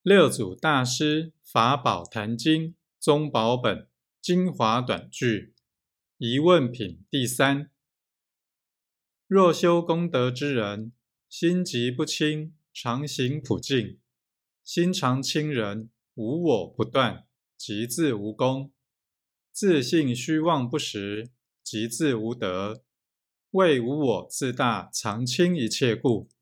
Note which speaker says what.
Speaker 1: 六祖大师法宝坛经宗宝本精华短句疑问品第三：若修功德之人，心极不清，常行普净，心常清人，无我不断，即自无功；自性虚妄不实，即自无德。为无我自大，常清一切故，